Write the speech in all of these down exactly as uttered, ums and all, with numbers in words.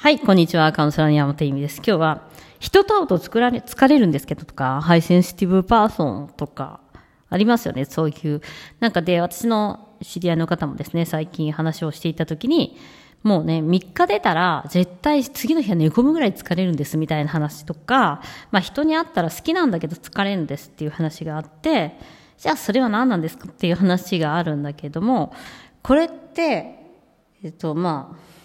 はい、こんにちは。カウンセラーの山本由美です。今日は、人と会うと疲れ疲れるんですけどとか、ハイセンシティブパーソンとか、ありますよね。そういう。なんかで、私の知り合いの方もですね、最近話をしていたときに、もうね、みっか出たら、絶対次の日は寝込むぐらい疲れるんですみたいな話とか、まあ人に会ったら好きなんだけど疲れるんですっていう話があって、じゃあそれは何なんですかっていう話があるんだけども、これって、えっと、まあ、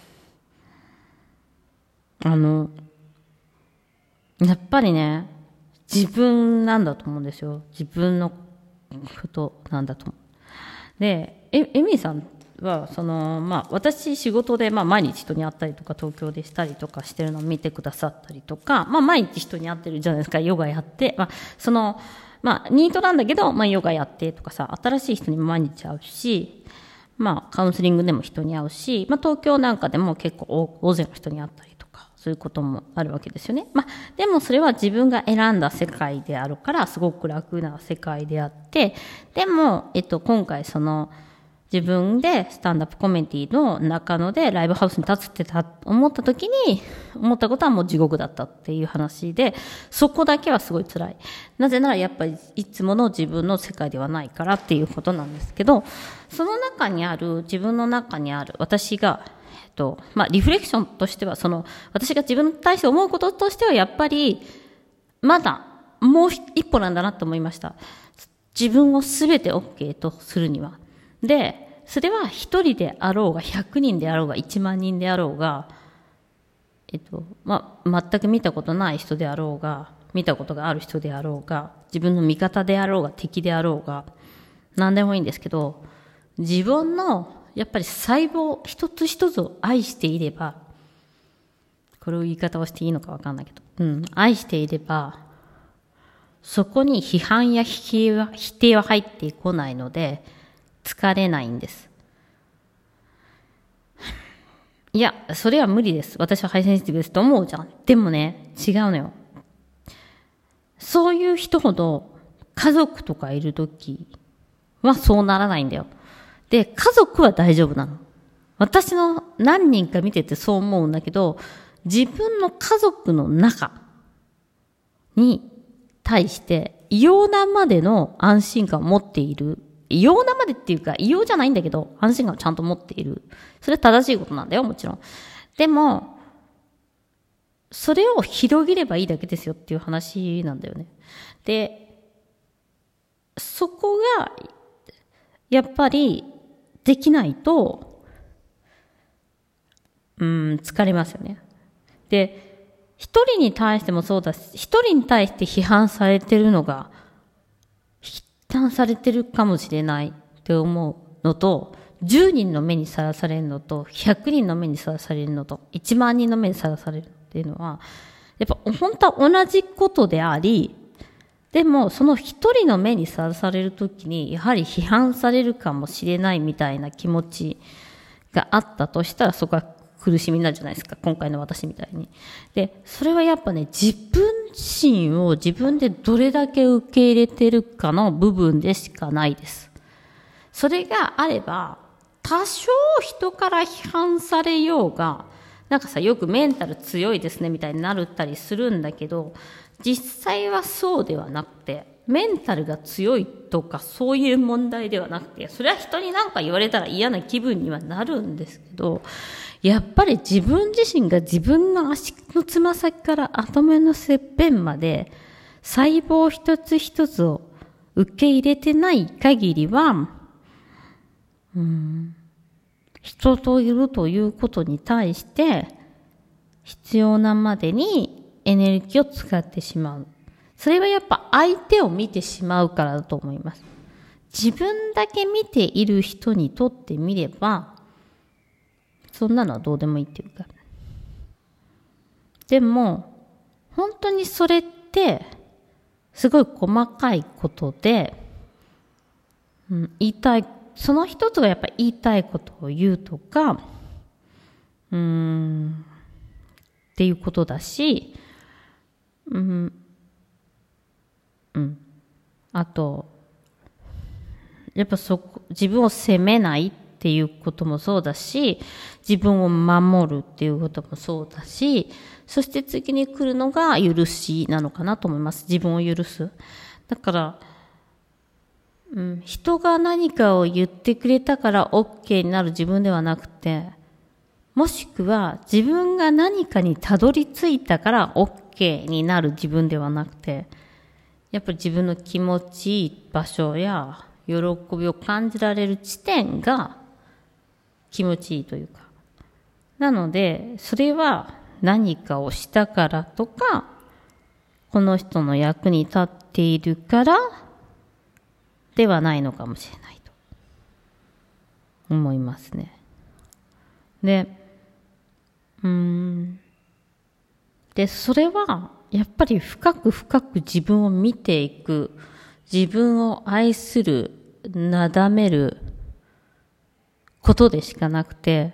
あの、やっぱりね、自分なんだと思うんですよ。自分のことなんだと思う。で、え、エミさんは、その、まあ、私仕事で、まあ、毎日人に会ったりとか、東京でしたりとかしてるのを見てくださったりとか、まあ、毎日人に会ってるじゃないですか、ヨガやって、まあ、その、まあ、ニートなんだけど、まあ、ヨガやってとかさ、新しい人にも毎日会うし、まあ、カウンセリングでも人に会うし、まあ、東京なんかでも結構大勢の人に会ったりとか、そういうこともあるわけですよね。まあ、でもそれは自分が選んだ世界であるから、すごく楽な世界であって、でも、えっと、今回その、自分でスタンダップコメディの中野でライブハウスに立つってた思った時に、思ったことはもう地獄だったっていう話で、そこだけはすごい辛い。なぜならやっぱりいつもの自分の世界ではないからっていうことなんですけど、その中にある、自分の中にある、私が、えっと、まあ、リフレクションとしては、その、私が自分に対して思うこととしては、やっぱり、まだ、もう一歩なんだなと思いました。自分をすべて OK とするには。で、それは一人であろうが、ひゃくにんであろうが、いちまんにんであろうが、えっと、まあ、全く見たことない人であろうが、見たことがある人であろうが、自分の味方であろうが、敵であろうが、何でもいいんですけど、自分の、やっぱり細胞一つ一つを愛していれば、これを言い方をしていいのかわかんないけど、うん、愛していれば、そこに批判や否定は、否定は入ってこないので、疲れないんです。いや、それは無理です。私はハイセンシティブですと思うじゃん。でもね、違うのよ。そういう人ほど家族とかいるときはそうならないんだよ。で、家族は大丈夫なの。私の何人か見ててそう思うんだけど、自分の家族の中に対して異様なまでの安心感を持っている。異様なまでっていうか、異様じゃないんだけど、安心感をちゃんと持っている。それは正しいことなんだよ、もちろん。でも、それを広げればいいだけですよっていう話なんだよね。で、そこが、やっぱり、できないと、うん、疲れますよね。で、一人に対してもそうだし、一人に対して批判されてるのが、批判されてるかもしれないって思うのと、じゅうにんの目にさらされるのと、ひゃくにんの目にさらされるのと、いちまんにんの目にさらされるっていうのは、やっぱ本当は同じことであり、でもその一人の目にさらされるときに、やはり批判されるかもしれないみたいな気持ちがあったとしたら、そこは苦しみになるじゃないですか。今回の私みたいに。で、それはやっぱね、自分自身を自分でどれだけ受け入れてるかの部分でしかないです。それがあれば、多少人から批判されようが、なんかさ、よくメンタル強いですねみたいになるったりするんだけど、実際はそうではなくて、メンタルが強いとかそういう問題ではなくて、それは人に何か言われたら嫌な気分にはなるんですけど、やっぱり自分自身が自分の足のつま先から頭のてっぺんまで細胞一つ一つを受け入れてない限りは、うん、人といるということに対して必要なまでにエネルギーを使ってしまう。それはやっぱ相手を見てしまうからだと思います。自分だけ見ている人にとってみれば、そんなのはどうでもいいっていうか。でも、本当にそれって、すごい細かいことで、うん、言いたい、その一つがやっぱり言いたいことを言うとか、うーん、っていうことだし、うん、うん。あと、やっぱそこ、自分を責めないっっていうこともそうだし、自分を守るっていうこともそうだし、そして次に来るのが許しなのかなと思います。自分を許す。だから、うん、人が何かを言ってくれたから OK になる自分ではなくて、もしくは自分が何かにたどり着いたから OK になる自分ではなくて、やっぱり自分の気持ちいい場所や喜びを感じられる地点が気持ちいいというか。なので、それは何かをしたからとか、この人の役に立っているからではないのかもしれないと思いますね。で、うーん。で、それはやっぱり深く深く自分を見ていく、自分を愛する、なだめることでしかなくて、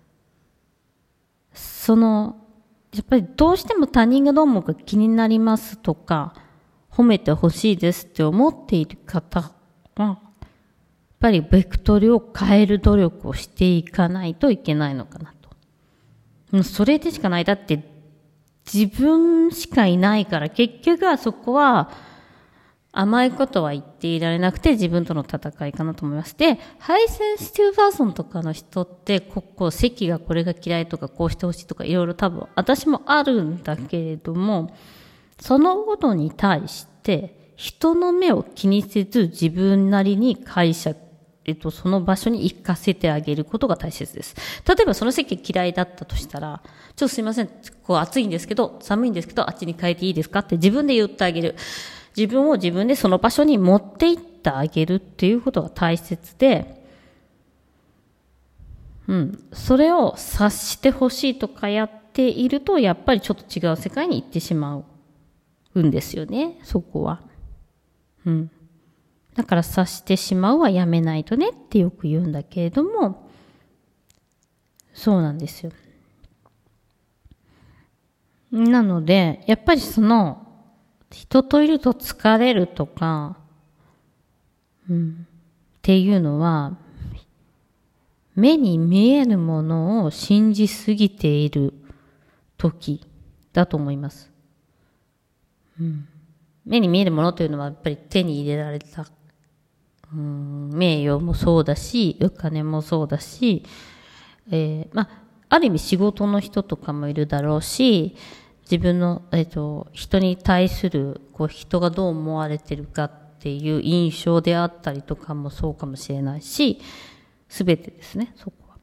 その、やっぱりどうしても他人がどう思うか気になりますとか、褒めてほしいですって思っている方は、やっぱりベクトルを変える努力をしていかないといけないのかなと。もうそれでしかない。だって自分しかいないから結局はそこは甘いことは言っていられなくて自分との戦いかなと思います。で、ハイセンシティブパーソンとかの人って、ここ、席がこれが嫌いとかこうしてほしいとかいろいろ多分私もあるんだけれども、そのことに対して人の目を気にせず自分なりに解釈、えっと、その場所に行かせてあげることが大切です。例えばその席嫌いだったとしたら、ちょっとすいません、こう暑いんですけど、寒いんですけど、あっちに変えていいですかって自分で言ってあげる。自分を自分でその場所に持って行ってあげるっていうことが大切で、うん。それを察してほしいとかやっていると、やっぱりちょっと違う世界に行ってしまうんですよね、そこは。うん。だから察してしまうはやめないとねってよく言うんだけれども、そうなんですよ。なので、やっぱりその、人といると疲れるとか、うん、っていうのは、目に見えるものを信じすぎている時だと思います。うん、目に見えるものというのはやっぱり手に入れられた、うん、名誉もそうだし、お金もそうだし、えー、まあ、ある意味仕事の人とかもいるだろうし、自分の、えっと、人に対する、こう、人がどう思われてるかっていう印象であったりとかもそうかもしれないし、すべてですね、そこは。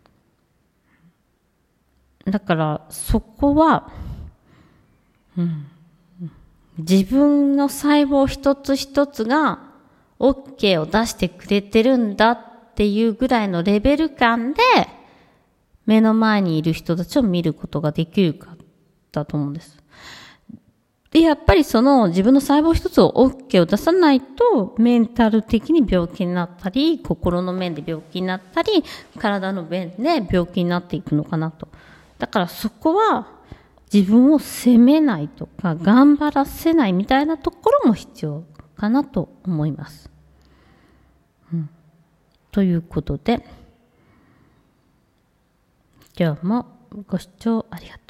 だから、そこは、うん、自分の細胞一つ一つが OK を出してくれてるんだっていうぐらいのレベル感で、目の前にいる人たちを見ることができるかだと思うんです。で、やっぱりその自分の細胞一つを OK を出さないと、メンタル的に病気になったり、心の面で病気になったり、体の面で病気になっていくのかなと。だからそこは自分を責めないとか、頑張らせないみたいなところも必要かなと思います。うん、ということで、今日もご視聴ありがとうございました。